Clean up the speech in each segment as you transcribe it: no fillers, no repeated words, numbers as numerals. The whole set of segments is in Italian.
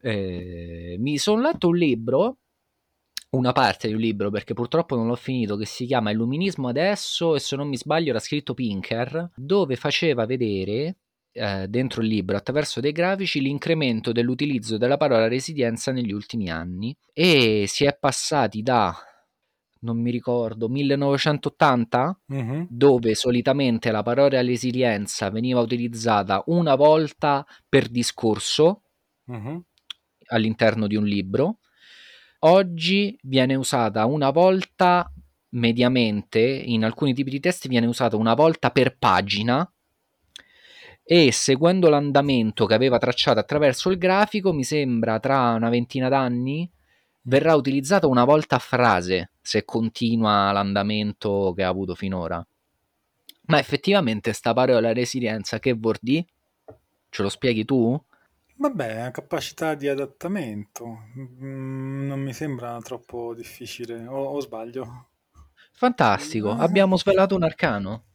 Mi son letto un libro, una parte di un libro, perché purtroppo non l'ho finito, che si chiama Illuminismo adesso, e se non mi sbaglio era scritto Pinker, dove faceva vedere, dentro il libro, attraverso dei grafici, l'incremento dell'utilizzo della parola resilienza negli ultimi anni, e si è passati da, non mi ricordo, 1980, Mhm, dove solitamente la parola resilienza veniva utilizzata una volta per discorso mhm. all'interno di un libro. Oggi viene usata una volta, mediamente, in alcuni tipi di testi viene usata una volta per pagina, e seguendo l'andamento che aveva tracciato attraverso il grafico, mi sembra tra una ventina d'anni Mm. verrà utilizzata una volta a frase, se continua l'andamento che ha avuto finora. Ma effettivamente sta parola resilienza che vuol dire? Ce lo spieghi tu? Vabbè, capacità di adattamento. Non mi sembra troppo difficile, o sbaglio? Fantastico, abbiamo svelato un arcano.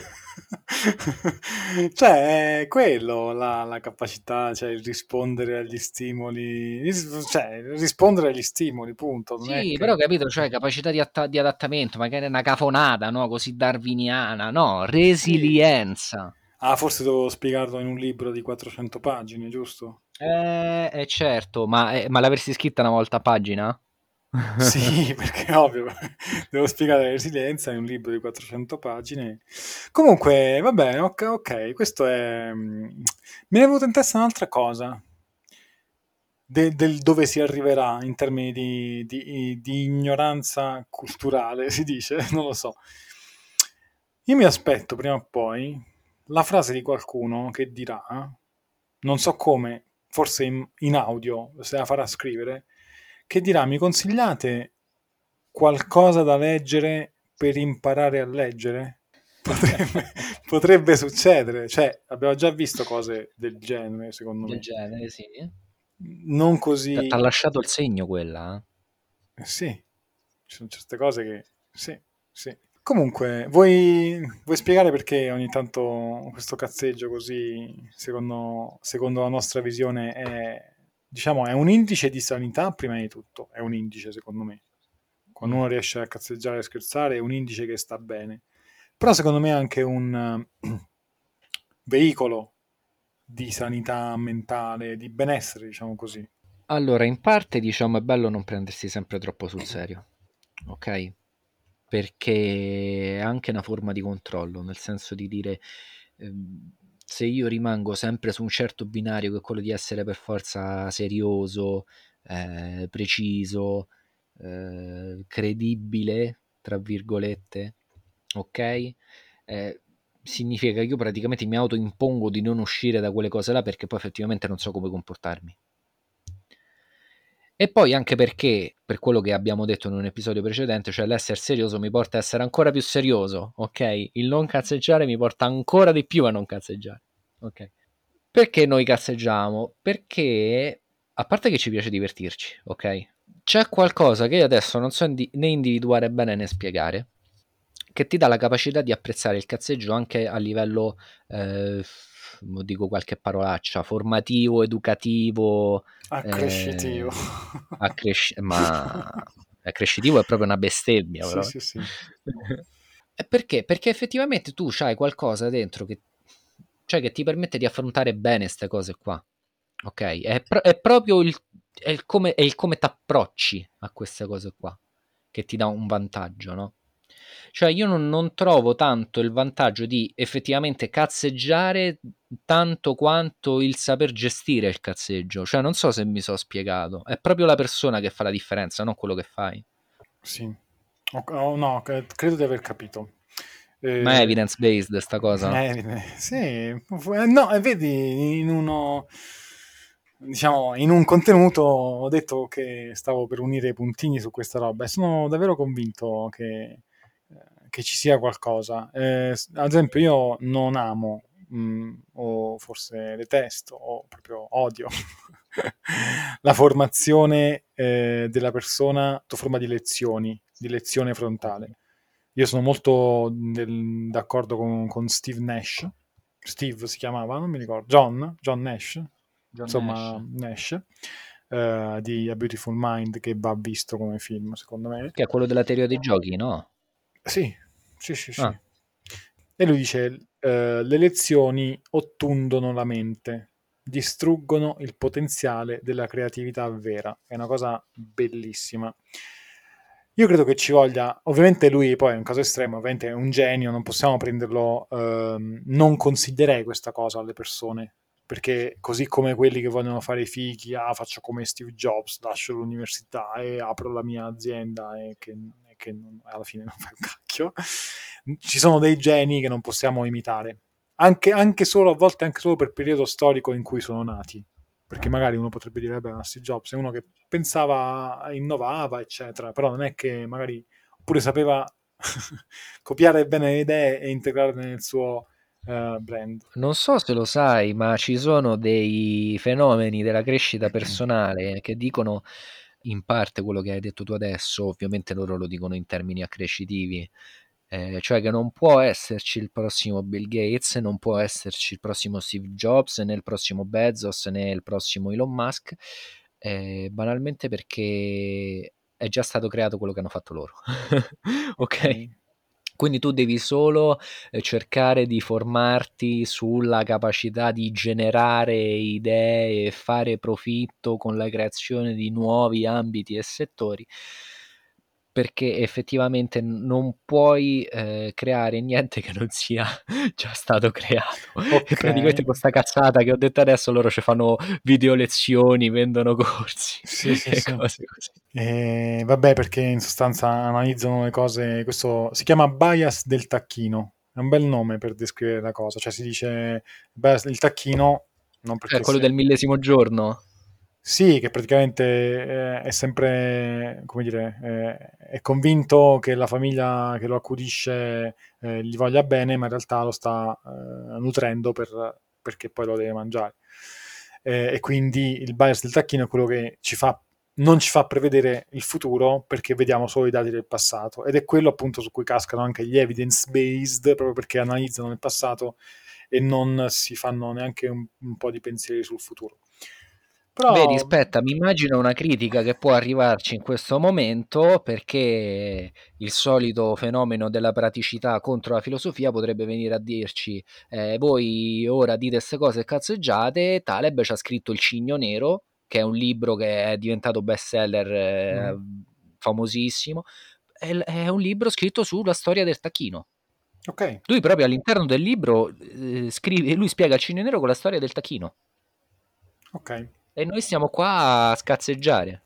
Cioè, è quello la capacità, cioè il rispondere agli stimoli, cioè rispondere agli stimoli, punto. Non è Sì, però che capito, cioè capacità di adattamento, magari è una cafonata, no? Così darwiniana, no? sì. Resilienza. Ah, forse dovevo spiegarlo in un libro di 400 pagine, giusto? Certo, ma l'avresti scritta una volta a pagina? Sì, perché è ovvio, devo spiegare la resilienza in un libro di 400 pagine. Comunque, va bene, ok, ok, questo è... Mi è venuta in testa un'altra cosa, del dove si arriverà in termini di ignoranza culturale, si dice, non lo so. Io mi aspetto prima o poi la frase di qualcuno che dirà, non so come, forse in audio, se la farà scrivere, che dirà: mi consigliate qualcosa da leggere per imparare a leggere? Potrebbe, potrebbe succedere, cioè abbiamo già visto cose del genere, secondo Del me. genere, sì. Non T'ha così, lasciato il segno quella, eh? sì, ci sono certe cose che sì, sì. Comunque, vuoi spiegare perché ogni tanto questo cazzeggio così, secondo la nostra visione, è, diciamo, è un indice di sanità, prima di tutto, è un indice, secondo me. Quando Mm. uno riesce a cazzeggiare e scherzare, è un indice che sta bene. Però secondo me è anche un veicolo di sanità mentale, di benessere, diciamo così. Allora, in parte, diciamo, è bello non prendersi sempre troppo sul serio, ok? Perché è anche una forma di controllo, nel senso di dire, se io rimango sempre su un certo binario, che è quello di essere per forza serioso, preciso, credibile, tra virgolette, ok? Eh, Significa che io praticamente mi autoimpongo di non uscire da quelle cose là, perché poi effettivamente non so come comportarmi. E poi anche perché, per quello che abbiamo detto in un episodio precedente, cioè l'essere serioso mi porta a essere ancora più serioso, ok? Il non cazzeggiare mi porta ancora di più a non cazzeggiare, ok? Perché noi cazzeggiamo? Perché, a parte che ci piace divertirci, ok? C'è qualcosa che io adesso non so né individuare bene né spiegare, che ti dà la capacità di apprezzare il cazzeggio anche a livello, dico qualche parolaccia, formativo, educativo, Accrescitivo. eh, ma accrescitivo è proprio una bestemmia, Sì, però. sì, sì. E perché? Perché effettivamente tu c'hai qualcosa dentro che, cioè, che ti permette di affrontare bene queste cose qua. Ok? È proprio è il come ti approcci a queste cose qua che ti dà un vantaggio, no? Cioè, io non trovo tanto il vantaggio di effettivamente cazzeggiare tanto quanto il saper gestire il cazzeggio. Cioè, non so se mi so spiegato. È proprio la persona che fa la differenza, non quello che fai. Sì. No, credo di aver capito. Ma è Eh, evidence based sta cosa? sì, no, e vedi, diciamo, in un contenuto ho detto che stavo per unire i puntini su questa roba e sono davvero convinto che ci sia qualcosa. Ad esempio, io non amo, o forse detesto, o proprio odio la formazione della persona sotto forma di lezioni, di lezione frontale. Io sono molto d'accordo con Steve Nash. Steve si chiamava, non mi ricordo. John Nash. John Nash. Insomma, Nash. di A Beautiful Mind, che va visto come film, secondo me. Che è quello della teoria dei giochi, no? Sì, sì, sì, Ah, sì. E lui dice, le lezioni ottundono la mente, distruggono il potenziale della creatività vera. È una cosa bellissima. Io credo che ci voglia, ovviamente lui poi è un caso estremo, ovviamente è un genio, non possiamo prenderlo, non consiglierei questa cosa alle persone, perché così come quelli che vogliono fare i fighi, faccio come Steve Jobs, lascio l'università e apro la mia azienda e che alla fine non fa un cacchio, ci sono dei geni che non possiamo imitare, anche solo, a volte anche solo per periodo storico in cui sono nati, perché magari uno potrebbe dire, vabbè, ma Steve Jobs è uno che pensava, innovava, eccetera, però non è che magari, oppure sapeva copiare bene le idee e integrarle nel suo brand. non so se lo sai, ma ci sono dei fenomeni della crescita personale che dicono in parte quello che hai detto tu adesso, ovviamente loro lo dicono in termini accrescitivi, cioè che non può esserci il prossimo Bill Gates, non può esserci il prossimo Steve Jobs, né il prossimo Bezos, né il prossimo Elon Musk, banalmente perché è già stato creato quello che hanno fatto loro. Ok, Ok? Quindi tu devi solo cercare di formarti sulla capacità di generare idee e fare profitto con la creazione di nuovi ambiti e settori, perché effettivamente non puoi creare niente che non sia già stato creato. E ok. praticamente questa cazzata che ho detto adesso, loro ci fanno video lezioni, vendono corsi Sì, sì, e sì. cose così. Vabbè, perché in sostanza analizzano le cose, questo si chiama bias del tacchino, è un bel nome per descrivere la cosa, cioè si dice bias del tacchino, non Cioè perché quello sia... del millesimo giorno. Sì, che praticamente è sempre, come dire, è convinto che la famiglia che lo accudisce gli voglia bene, ma in realtà lo sta nutrendo perché poi lo deve mangiare. E quindi il bias del tacchino è quello che non ci fa prevedere il futuro perché vediamo solo i dati del passato. Ed è quello appunto su cui cascano anche gli evidence-based, proprio perché analizzano il passato e non si fanno neanche un po' di pensieri sul futuro. Vedi, Però aspetta, mi immagino una critica che può arrivarci in questo momento perché il solito fenomeno della praticità contro la filosofia potrebbe venire a dirci voi ora dite queste cose cazzeggiate, Taleb ci ha scritto Il Cigno Nero, che è un libro che è diventato bestseller mm, famosissimo, è un libro scritto sulla storia del tacchino. ok, Lui proprio all'interno del libro scrive, lui spiega Il Cigno Nero con la storia del tacchino. ok. E noi stiamo qua a scazzeggiare.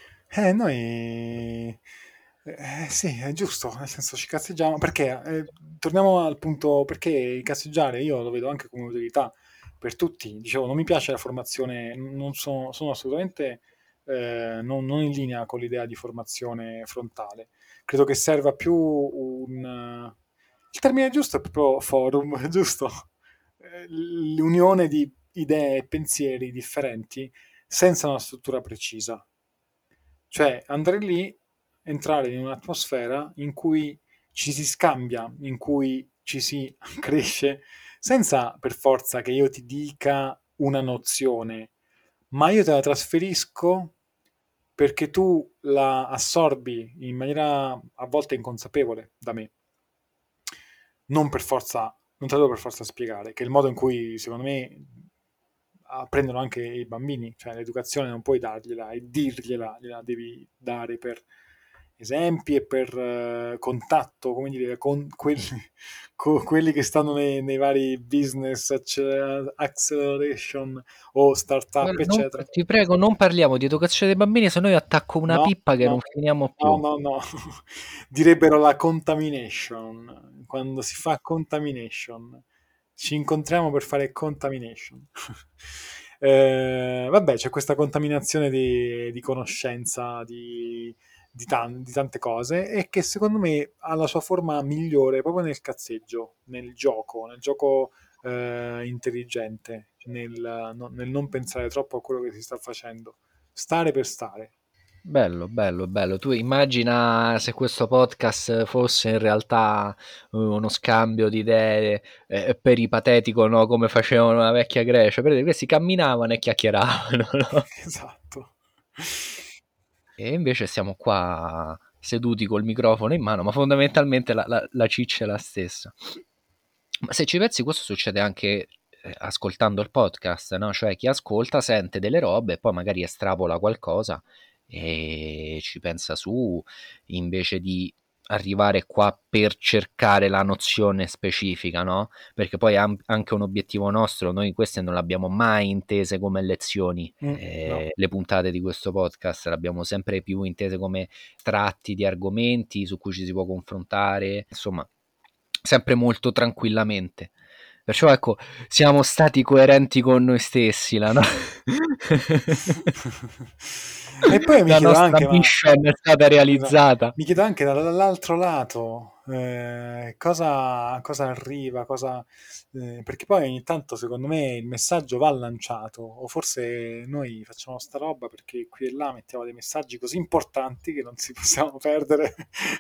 Noi... sì, è giusto, nel senso ci cazzeggiamo, perché torniamo al punto, perché il cazzeggiare io lo vedo anche come utilità per tutti, dicevo, non mi piace la formazione, non sono assolutamente non in linea con l'idea di formazione frontale, credo che serva più il termine giusto è proprio forum, giusto? L'unione di idee e pensieri differenti senza una struttura precisa. Cioè andare lì, entrare in un'atmosfera in cui ci si scambia, in cui ci si cresce, senza per forza che io ti dica una nozione, ma io te la trasferisco perché tu la assorbi in maniera a volte inconsapevole da me. Non per forza, non te lo devo per forza spiegare, che è il modo in cui secondo me apprendono anche i bambini, cioè l'educazione non puoi dargliela e dirgliela, gliela devi dare per esempi e per contatto, come dire, con quelli, con quelli che stanno nei vari business acceleration o startup, Guarda, eccetera. ti prego, non parliamo di educazione dei bambini, se no io attacco una No, pippa che no, non finiamo no, più. no, no. Direbbero la contamination. Quando si fa contamination, ci incontriamo per fare contamination. Vabbè, c'è questa contaminazione di conoscenza di tante cose e che secondo me ha la sua forma migliore proprio nel cazzeggio, nel gioco intelligente, nel non pensare troppo a quello che si sta facendo. Stare per stare. Bello, bello, bello. Tu immagina se questo podcast fosse in realtà uno scambio di idee peripatetico, no? Come facevano la vecchia Grecia. Perché questi camminavano e chiacchieravano, no? Esatto. E invece siamo qua seduti col microfono in mano, ma fondamentalmente la ciccia è la stessa. Ma se ci pensi, questo succede anche ascoltando il podcast, no? Cioè chi ascolta sente delle robe e poi magari estrapola qualcosa e ci pensa su, invece di arrivare qua per cercare la nozione specifica, no? Perché poi anche un obiettivo nostro, noi queste non le abbiamo mai intese come lezioni, No. le puntate di questo podcast le abbiamo sempre più intese come tratti di argomenti su cui ci si può confrontare, insomma, sempre molto tranquillamente. Perciò ecco, siamo stati coerenti con noi stessi, E poi mi la chiedo nostra anche, ma mission è stata esatto, realizzata. mi chiedo anche dall'altro lato cosa arriva, perché poi ogni tanto secondo me il messaggio va lanciato, o forse noi facciamo sta roba perché qui e là mettiamo dei messaggi così importanti che non si possiamo perdere,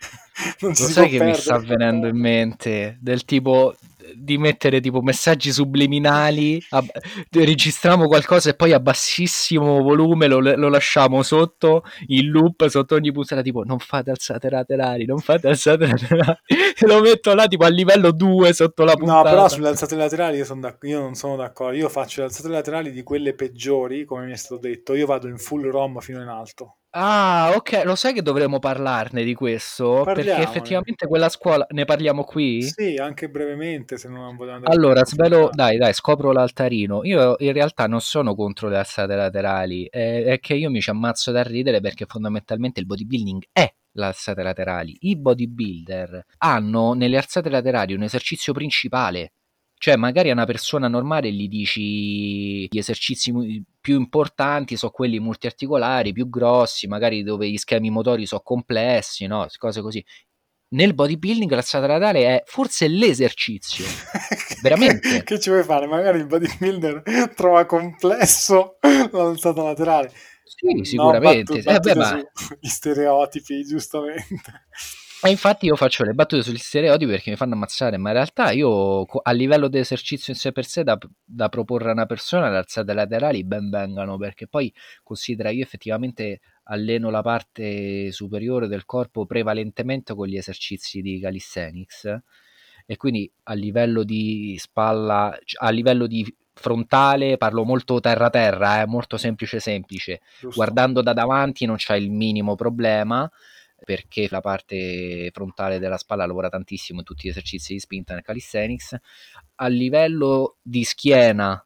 non ci Lo si sai può che mi sta perdere. venendo in mente? Del tipo di mettere tipo messaggi subliminali, registriamo qualcosa e poi a bassissimo volume lo lasciamo sotto in loop sotto ogni puntata, tipo non fate alzate laterali, non fate alzate laterali, e lo metto là tipo a livello 2 sotto la No, però puntata. sulle alzate laterali io non sono d'accordo. Io faccio le alzate laterali di quelle peggiori, come mi è stato detto. Io vado in full rom fino in alto. Ah, ok, lo sai che dovremmo parlarne di questo? Perché Parliamone. effettivamente quella scuola, ne parliamo qui? Sì, anche brevemente, se non vogliamo andare più in Allora, svelo, profondità. dai, scopro l'altarino. Io in realtà non sono contro le alzate laterali, è che io mi ci ammazzo da ridere perché fondamentalmente il bodybuilding è le alzate laterali. I bodybuilder hanno nelle alzate laterali un esercizio principale. Cioè, magari a una persona normale gli dici gli esercizi più importanti sono quelli multiarticolari, più grossi, magari dove gli schemi motori sono complessi, no? Cose così. Nel bodybuilding l'alzata laterale è forse l'esercizio. Veramente. Che ci vuoi fare? Magari il bodybuilder trova complesso l'alzata laterale. Sì, No, sicuramente. Beh, battute ma sugli stereotipi, giustamente. infatti io faccio le battute sugli stereotipi perché mi fanno ammazzare, ma in realtà io a livello di esercizio in sé per sé da proporre a una persona, le alzate laterali ben vengano, perché poi considera io effettivamente alleno la parte superiore del corpo prevalentemente con gli esercizi di calisthenics e quindi a livello di spalla, a livello di frontale parlo molto terra-terra, molto semplice. Giusto. Guardando da davanti non c'è il minimo problema perché la parte frontale della spalla lavora tantissimo in tutti gli esercizi di spinta nel calisthenics. A livello di schiena,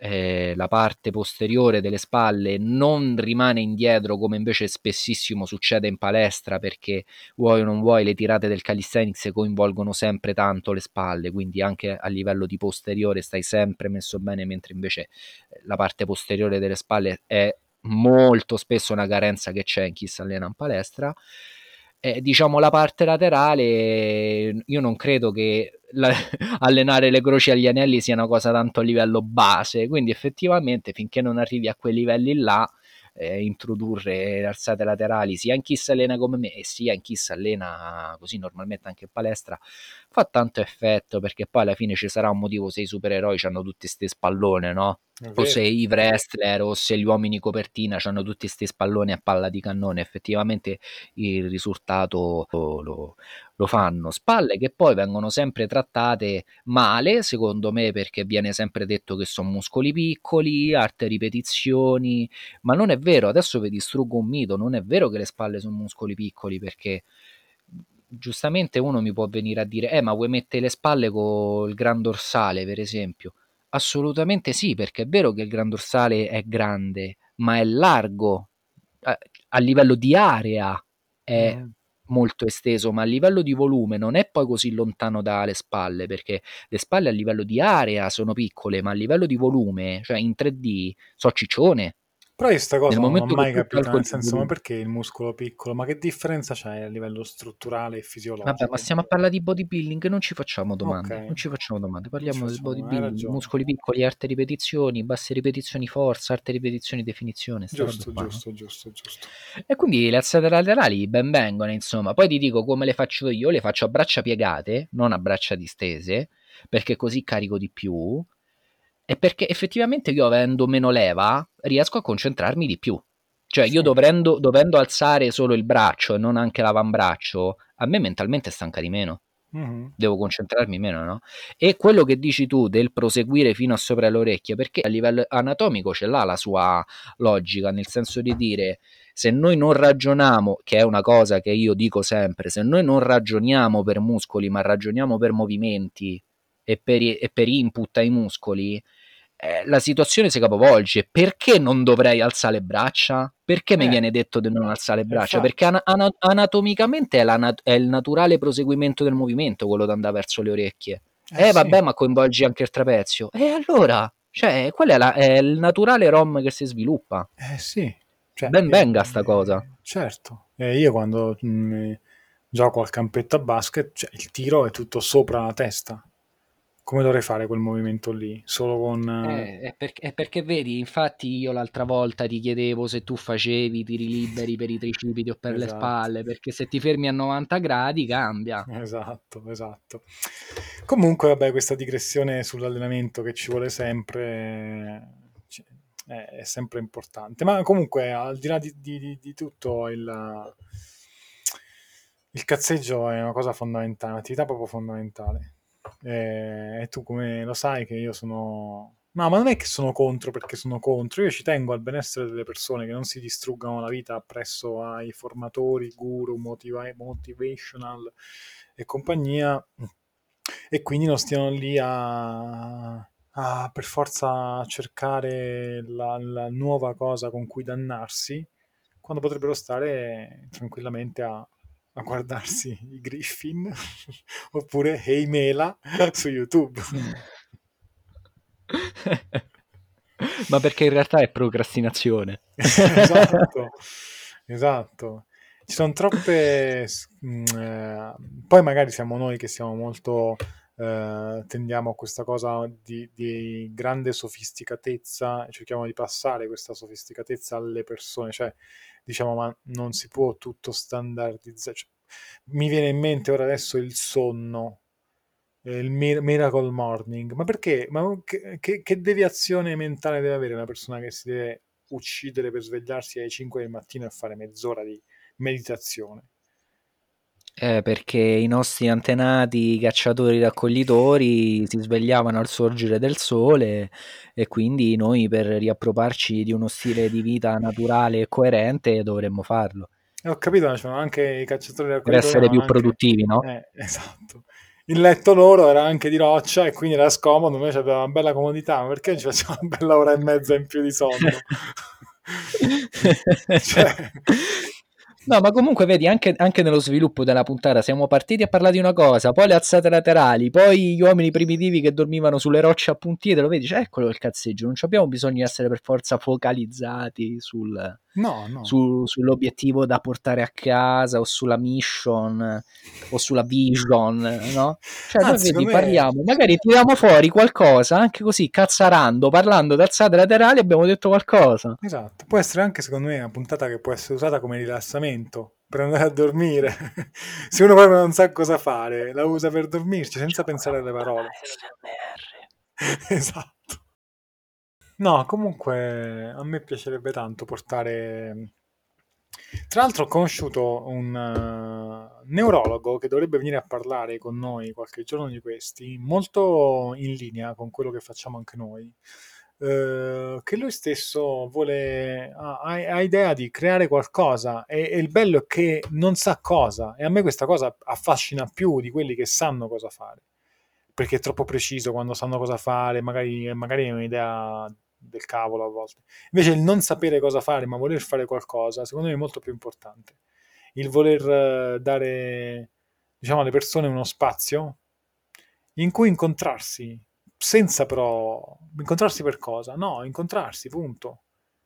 la parte posteriore delle spalle non rimane indietro come invece spessissimo succede in palestra perché vuoi o non vuoi le tirate del calisthenics coinvolgono sempre tanto le spalle, quindi anche a livello di posteriore stai sempre messo bene, mentre invece la parte posteriore delle spalle è molto spesso una carenza che c'è in chi si allena in palestra. Diciamo la parte laterale, io non credo che allenare le croci agli anelli sia una cosa tanto a livello base, quindi effettivamente finché non arrivi a quei livelli là, introdurre le alzate laterali sia in chi si allena come me e sia in chi si allena così normalmente anche in palestra fa tanto effetto perché poi alla fine ci sarà un motivo se i supereroi hanno tutti ste spallone, no? È O se vero. i wrestler o se gli uomini copertina hanno tutti sti spalloni a palla di cannone, effettivamente il risultato lo fanno. Spalle che poi vengono sempre trattate male, secondo me, perché viene sempre detto che sono muscoli piccoli, alte ripetizioni, ma non è vero. Adesso vi distruggo un mito, non è vero che le spalle sono muscoli piccoli perché giustamente uno mi può venire a dire, ma vuoi mettere le spalle con il gran dorsale, per esempio? Assolutamente sì, perché è vero che il gran dorsale è grande, ma è largo a livello di area è Mhm. molto esteso, ma a livello di volume non è poi così lontano dalle spalle, perché le spalle a livello di area sono piccole, ma a livello di volume, cioè in 3D, so ciccione. Però io sta Nel cosa non l'ho momento che mai tu capita, calcoli nel il senso, ma volume. perché il muscolo piccolo? Ma che differenza c'è a livello strutturale e Vabbè, ma fisiologico? stiamo a parlare di bodybuilding, non ci facciamo Ok, domande, non ci facciamo domande, non ci parliamo del facciamo, hai bodybuilding, ragione. muscoli piccoli, alte ripetizioni, basse ripetizioni forza, alte ripetizioni definizione, sta roba Giusto, qua, no? giusto, giusto, giusto. E quindi le alzate laterali ben vengono, insomma. Poi ti dico come le faccio io, le faccio a braccia piegate, non a braccia distese, perché così carico di più e perché effettivamente io avendo meno leva riesco a concentrarmi di più. Cioè, io Sì. dovendo alzare solo il braccio e non anche l'avambraccio, a me mentalmente stanca di meno. Mhm. Devo concentrarmi meno, no? E quello che dici tu del proseguire fino a sopra le orecchie, perché a livello anatomico ce l'ha la sua logica, nel senso di dire, se noi non ragioniamo, che è una cosa che io dico sempre, se noi non ragioniamo per muscoli, ma ragioniamo per movimenti e per input ai muscoli, la situazione si capovolge. Perché non dovrei alzare le braccia? Perché mi Eh, viene detto di non alzare le braccia? Perché infatti. anatomicamente è il naturale proseguimento del movimento quello da andare verso le orecchie. Sì. Vabbè, ma coinvolgi anche il trapezio. E allora? Cioè, qual è, è il naturale ROM che si sviluppa. Sì. Cioè, Ben venga sta cosa. certo. Io quando gioco al campetto a basket, cioè, il tiro è tutto sopra la testa. Come dovrei fare quel movimento lì? Solo con... È perché vedi, infatti io l'altra volta ti chiedevo se tu facevi tiri liberi per i tricipiti o per le Esatto. spalle, perché se ti fermi a 90 gradi cambia. Esatto, esatto. Comunque, vabbè, questa digressione sull'allenamento che ci vuole sempre, è sempre importante. Ma comunque, al di là di tutto, il cazzeggio è una cosa fondamentale, un'attività proprio fondamentale. E tu come lo sai che io sono... No, ma non è che sono contro perché sono contro, io ci tengo al benessere delle persone che non si distruggano la vita presso ai formatori, guru, motivational e compagnia, e quindi non stiano lì a per forza cercare la nuova cosa con cui dannarsi, quando potrebbero stare tranquillamente a guardarsi i Griffin oppure Hey Mela su YouTube. Ma perché in realtà è procrastinazione. Esatto, esatto. Ci sono troppe... poi magari siamo noi che siamo molto... tendiamo a questa cosa di grande sofisticatezza e cerchiamo di passare questa sofisticatezza alle persone, cioè diciamo ma non si può tutto standardizzare. Cioè, mi viene in mente ora adesso il sonno, il Miracle Morning. Ma perché? Ma che deviazione mentale deve avere una persona che si deve uccidere per svegliarsi alle 5 del mattino e fare mezz'ora di meditazione? Perché i nostri antenati cacciatori-raccoglitori si svegliavano al sorgere del sole e quindi noi per riappropriarci di uno stile di vita naturale e coerente dovremmo farlo Ho capito, ma c'erano anche i cacciatori e per raccoglitori, essere avevano più anche... produttivi, no? Esatto. Il letto loro era anche di roccia e quindi era scomodo, noi avevamo una bella comodità, ma perché non ci facciamo una bella ora e mezza in più di sonno? Cioè... No, ma comunque vedi, anche nello sviluppo della puntata siamo partiti a parlare di una cosa, poi le alzate laterali, poi gli uomini primitivi che dormivano sulle rocce appuntite, lo vedi, cioè, eccolo il cazzeggio, non abbiamo bisogno di essere per forza focalizzati No, no. sull'obiettivo da portare a casa o sulla mission o sulla vision, no? Cioè, noi Anzi, vedi, secondo me... parliamo, magari tiriamo fuori qualcosa, anche così, cazzarando, parlando di alzate laterali, abbiamo detto qualcosa. Esatto, può essere anche secondo me una puntata che può essere usata come rilassamento per andare a dormire. Se uno proprio non sa cosa fare, la usa per dormirci senza Facciamo una pensare alle puntata parole. SMR. Esatto. No, comunque a me piacerebbe tanto portare... Tra l'altro ho conosciuto un neurologo che dovrebbe venire a parlare con noi qualche giorno di questi, molto in linea con quello che facciamo anche noi, che lui stesso ha idea di creare qualcosa e il bello è che non sa cosa e a me questa cosa affascina più di quelli che sanno cosa fare, perché è troppo preciso quando sanno cosa fare, magari è un'idea del cavolo a volte. Invece il non sapere cosa fare, ma voler fare qualcosa, secondo me è molto più importante. Il voler dare, diciamo, alle persone uno spazio in cui incontrarsi, senza però... Incontrarsi per cosa? No, incontrarsi, punto.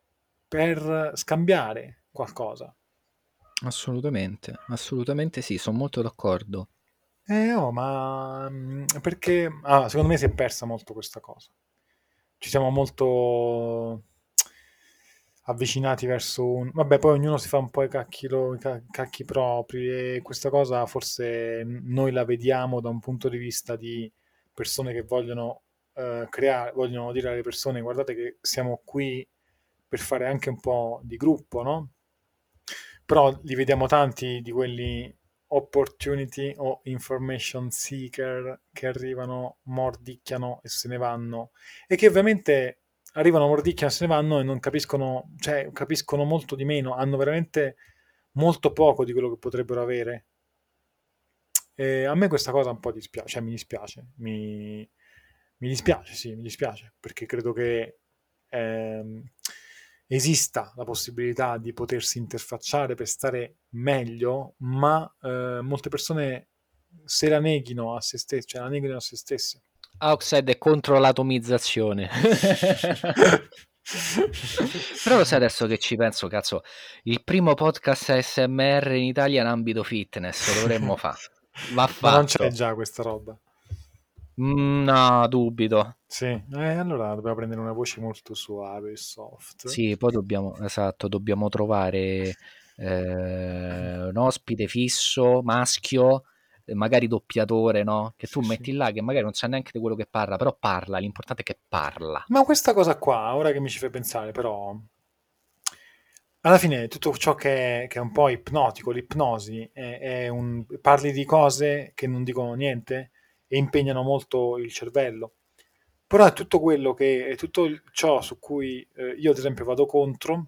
Per scambiare qualcosa. Assolutamente, assolutamente sì, sono molto d'accordo. Oh, ma perché secondo me si è persa molto questa cosa. Ci siamo molto avvicinati verso un... Vabbè, poi ognuno si fa un po' i cacchi propri e questa cosa forse noi la vediamo da un punto di vista di persone che vogliono creare, vogliono dire alle persone guardate che siamo qui per fare anche un po' di gruppo, no? Però li vediamo tanti di quelli opportunity o information seeker che arrivano, mordicchiano e se ne vanno e che ovviamente arrivano, mordicchiano e se ne vanno e non capiscono, cioè capiscono molto di meno, hanno veramente molto poco di quello che potrebbero avere. E a me questa cosa un po' dispiace, cioè mi dispiace, mi dispiace, sì, mi dispiace, perché credo che ehm, esista la possibilità di potersi interfacciare per stare meglio, ma molte persone se la neghino a se stesse, cioè la neghino a se stesse. Oxide è contro l'atomizzazione. Però lo sai adesso che ci penso, cazzo, il primo podcast ASMR in Italia in ambito fitness dovremmo fare. Va Ma non c'è fatto. già questa roba. No, dubito. Sì, allora dobbiamo prendere una voce molto suave e soft. Sì, poi dobbiamo, esatto, dobbiamo trovare un ospite fisso, maschio, magari doppiatore, no? Che tu Sì, sì. metti là, che magari non sa neanche di quello che parla, però parla, l'importante è che parla. Ma questa cosa qua, ora che mi ci fai pensare, però, alla fine tutto ciò che è un po' ipnotico, l'ipnosi, parli di cose che non dicono niente e impegnano molto il cervello. Però è tutto quello che è tutto ciò su cui io, ad esempio, vado contro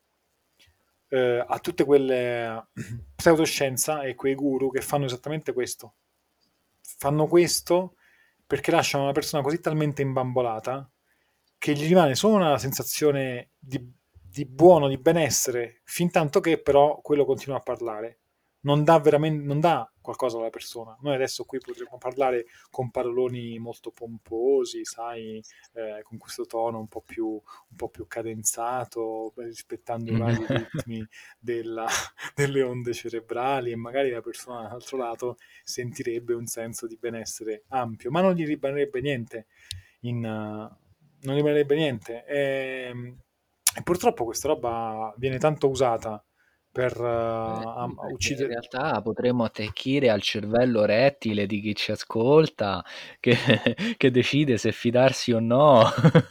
a tutte quelle pseudoscienza e quei guru che fanno esattamente questo. Fanno questo perché lasciano una persona così talmente imbambolata che gli rimane solo una sensazione di buono, di benessere, fin tanto che però quello continua a parlare. Non dà veramente, non dà qualcosa alla persona. Noi adesso qui potremmo parlare con paroloni molto pomposi, sai, con questo tono un po' più cadenzato, rispettando i vari ritmi della, delle onde cerebrali e magari la persona dall'altro lato sentirebbe un senso di benessere ampio, ma non gli rimarrebbe niente non rimarrebbe niente. E purtroppo questa roba viene tanto usata per Sì, perché in uccidere. realtà potremmo attecchire al cervello rettile di chi ci ascolta, che, che decide se fidarsi o no.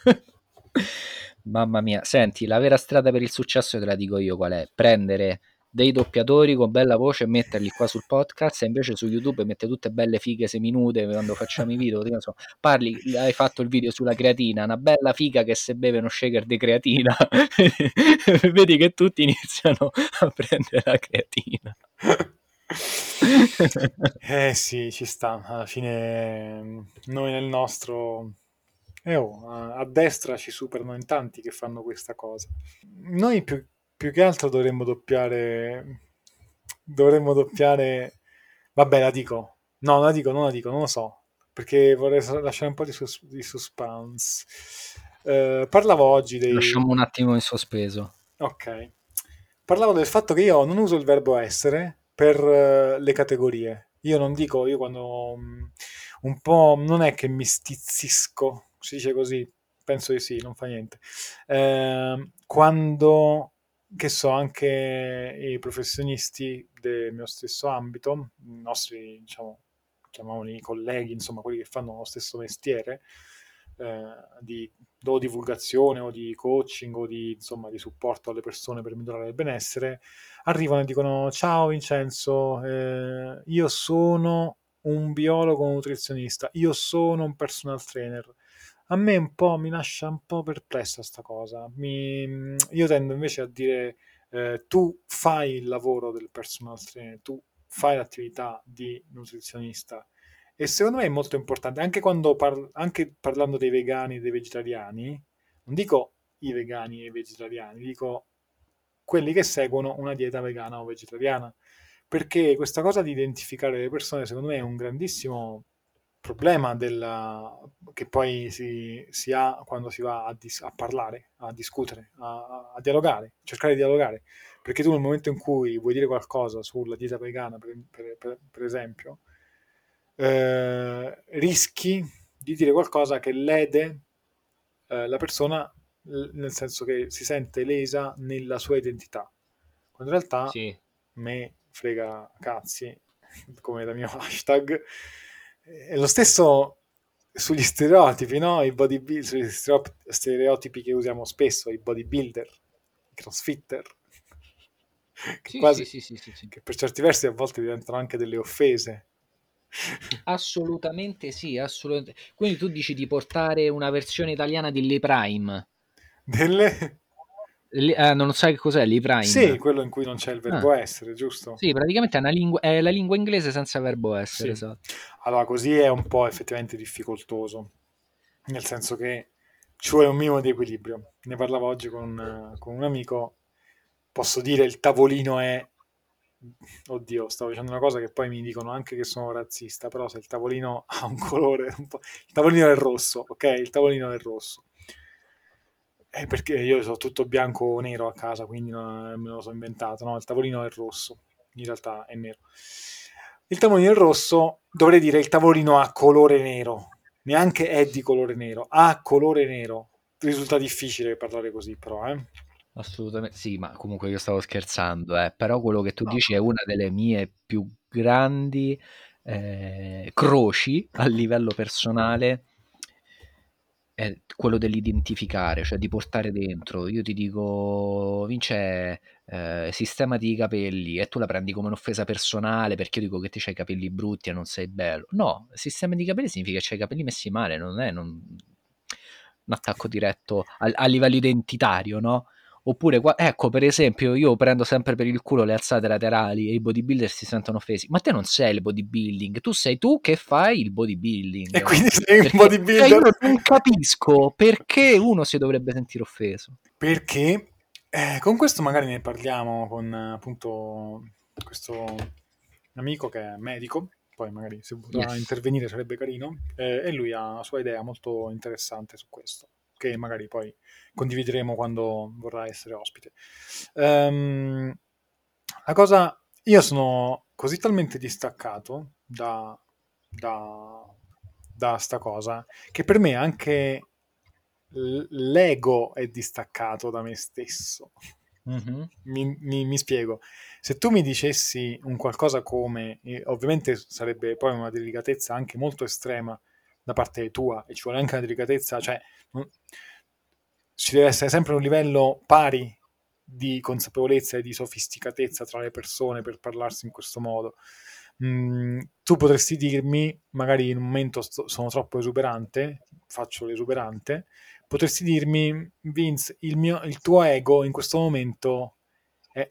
Mamma mia, senti, la vera strada per il successo te la dico io qual è: prendere dei doppiatori con bella voce e metterli qua sul podcast, e invece su YouTube mette tutte belle fighe seminude quando facciamo i video. Che ne so, parli, hai fatto il video sulla creatina, una bella figa che se beve uno shaker di creatina, vedi che tutti iniziano a prendere la creatina. Eh sì, ci sta. Alla fine noi nel nostro. A destra ci superano in tanti che fanno questa cosa. Noi più che altro dovremmo doppiare. Dovremmo doppiare. Vabbè, la dico. No, non la dico, non lo so. Perché vorrei lasciare un po' di suspense. Parlavo oggi dei. Lasciamo un attimo in sospeso. Ok. Parlavo del fatto che io non uso il verbo essere per le categorie. Io non dico, io quando un po' non è che mi stizzisco, si dice così, penso di sì, non fa niente. Quando, che so, anche i professionisti del mio stesso ambito, i nostri, diciamo, chiamiamoli colleghi, insomma, quelli che fanno lo stesso mestiere, di o divulgazione o di coaching o di, insomma, di supporto alle persone per migliorare il benessere, arrivano e dicono: Ciao Vincenzo, io sono un biologo nutrizionista, io sono un personal trainer. A me un po' mi lascia un po' perplessa sta cosa. Io tendo invece a dire tu fai il lavoro del personal trainer, tu fai l'attività di nutrizionista e secondo me è molto importante, anche quando anche parlando dei vegani e dei vegetariani, non dico i vegani e i vegetariani, dico quelli che seguono una dieta vegana o vegetariana, perché questa cosa di identificare le persone secondo me è un grandissimo problema che poi si ha quando si va a parlare, a discutere, a dialogare, cercare di dialogare, perché tu nel momento in cui vuoi dire qualcosa sulla dieta vegana, per esempio, rischi di dire qualcosa che lede la persona, nel senso che si sente lesa nella sua identità, quando in realtà Sì. me frega cazzi, come da mio hashtag, è lo stesso, sugli stereotipi, no? Sugli stereotipi che usiamo spesso, i bodybuilder, i crossfitter, che Sì, sì, quasi, sì, sì, sì, sì. che per certi versi a volte diventano anche delle offese. Assolutamente sì, assolutamente. Quindi tu dici di portare una versione italiana di Lee Prime. Delle... Non sai che cos'è Lee Sì, Prime? quello in cui non c'è il Ah, verbo essere, giusto? sì, praticamente è la lingua inglese senza verbo essere, Sì. esatto. Allora, così è un po' effettivamente difficoltoso, nel senso che ci vuole un minimo di equilibrio. Ne parlavo oggi con un amico, posso dire il tavolino è... Oddio, stavo dicendo una cosa che poi mi dicono anche che sono razzista, però se il tavolino ha un colore, il tavolino è rosso, ok? Il tavolino è rosso. È perché io so tutto bianco o nero a casa, quindi me lo sono inventato, no? Il tavolino è rosso, in realtà è nero. Il tavolino è rosso, dovrei dire il tavolino ha colore nero, neanche è di colore nero, ha colore nero. Risulta difficile parlare così, però, eh? Assolutamente sì, ma comunque io stavo scherzando, però quello che tu No. dici è una delle mie più grandi croci a livello personale, è quello dell'identificare, cioè di portare dentro. Io ti dico, Vince, sistemati i capelli e tu la prendi come un'offesa personale perché io dico che ti c'hai i capelli brutti e non sei bello. No, sistema i capelli significa che c'hai i capelli messi male, non è un attacco diretto a livello identitario, no? Oppure, ecco, per esempio, io prendo sempre per il culo le alzate laterali e i bodybuilder si sentono offesi. Ma te non sei il bodybuilding, tu sei tu che fai il E bodybuilding. quindi sei un Perché cioè bodybuilder? io non capisco perché uno si dovrebbe sentire offeso. Perché con questo magari ne parliamo con appunto questo amico che è medico, poi magari se vorrà Yes. intervenire sarebbe carino, e lui ha una sua idea molto interessante su questo, che magari poi condivideremo quando vorrà essere ospite. Ehm, la cosa, io sono così talmente distaccato da, da sta cosa che per me anche l'ego è distaccato da me stesso. Mhm. Mi spiego. Se tu mi dicessi un qualcosa come, ovviamente sarebbe poi una delicatezza anche molto estrema da parte tua, e ci vuole anche una delicatezza, cioè ci deve essere sempre un livello pari di consapevolezza e di sofisticatezza tra le persone per parlarsi in questo modo. Tu potresti dirmi, magari in un momento sono troppo esuberante, faccio l'esuberante, potresti dirmi, Vince, il tuo ego in questo momento è,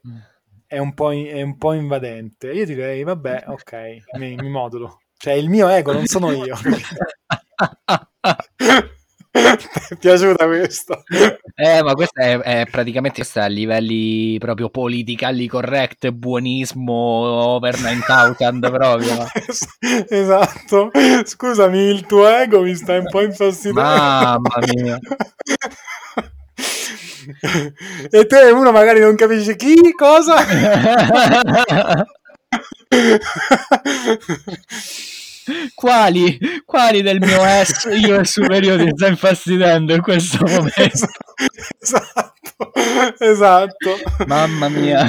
è un po' invadente. Io direi, vabbè, ok, mi modulo. Cioè, il mio ego non sono io, capito? Ti è piaciuta questa? Ma questo è praticamente questo è a livelli proprio politically correct, buonismo over 9000 proprio. Esatto. Scusami, il tuo ego mi sta un po' infastidendo. Mamma mia. E te uno magari non capisce chi, cosa? Quali del mio io e superiore ti sta infastidendo in questo momento? Esatto, esatto. Mamma mia.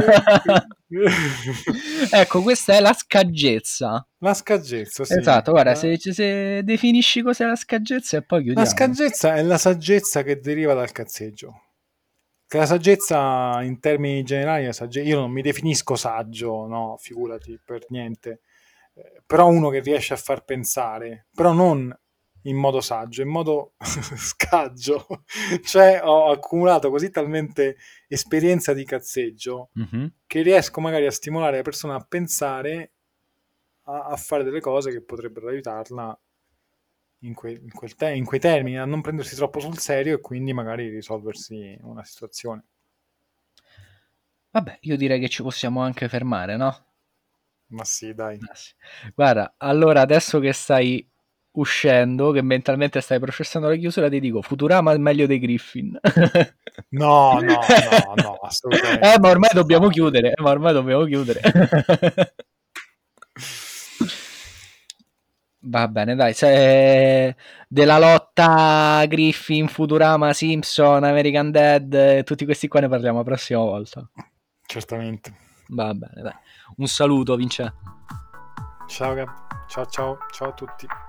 Ecco, questa è la scaggezza. La scaggezza, sì. Esatto, guarda, se definisci cos'è la scaggezza e poi La chiudiamo. scaggezza è la saggezza che deriva dal cazzeggio. Che la saggezza in termini generali, io non mi definisco saggio, no, figurati, per niente. Però uno che riesce a far pensare, però non in modo saggio, in modo scaggio. Cioè ho accumulato così talmente esperienza di cazzeggio Mhm. che riesco magari a stimolare la persona a pensare, a fare delle cose che potrebbero aiutarla in quei termini, a non prendersi troppo sul serio e quindi magari risolversi una situazione. Vabbè, io direi che ci possiamo anche fermare, no? Ma sì, dai. Ah, sì. Guarda, allora adesso che stai uscendo, che mentalmente stai processando la chiusura, ti dico Futurama è meglio dei Griffin. No, no, no, no, Ma assolutamente. ormai dobbiamo No. chiudere, ma ormai dobbiamo chiudere. Va bene, dai, se della lotta Griffin, Futurama, Simpson, American Dad, tutti questi qua ne parliamo la prossima volta. Certamente. Va bene, dai. Un saluto, Vince. Ciao, ciao, ciao, ciao a tutti.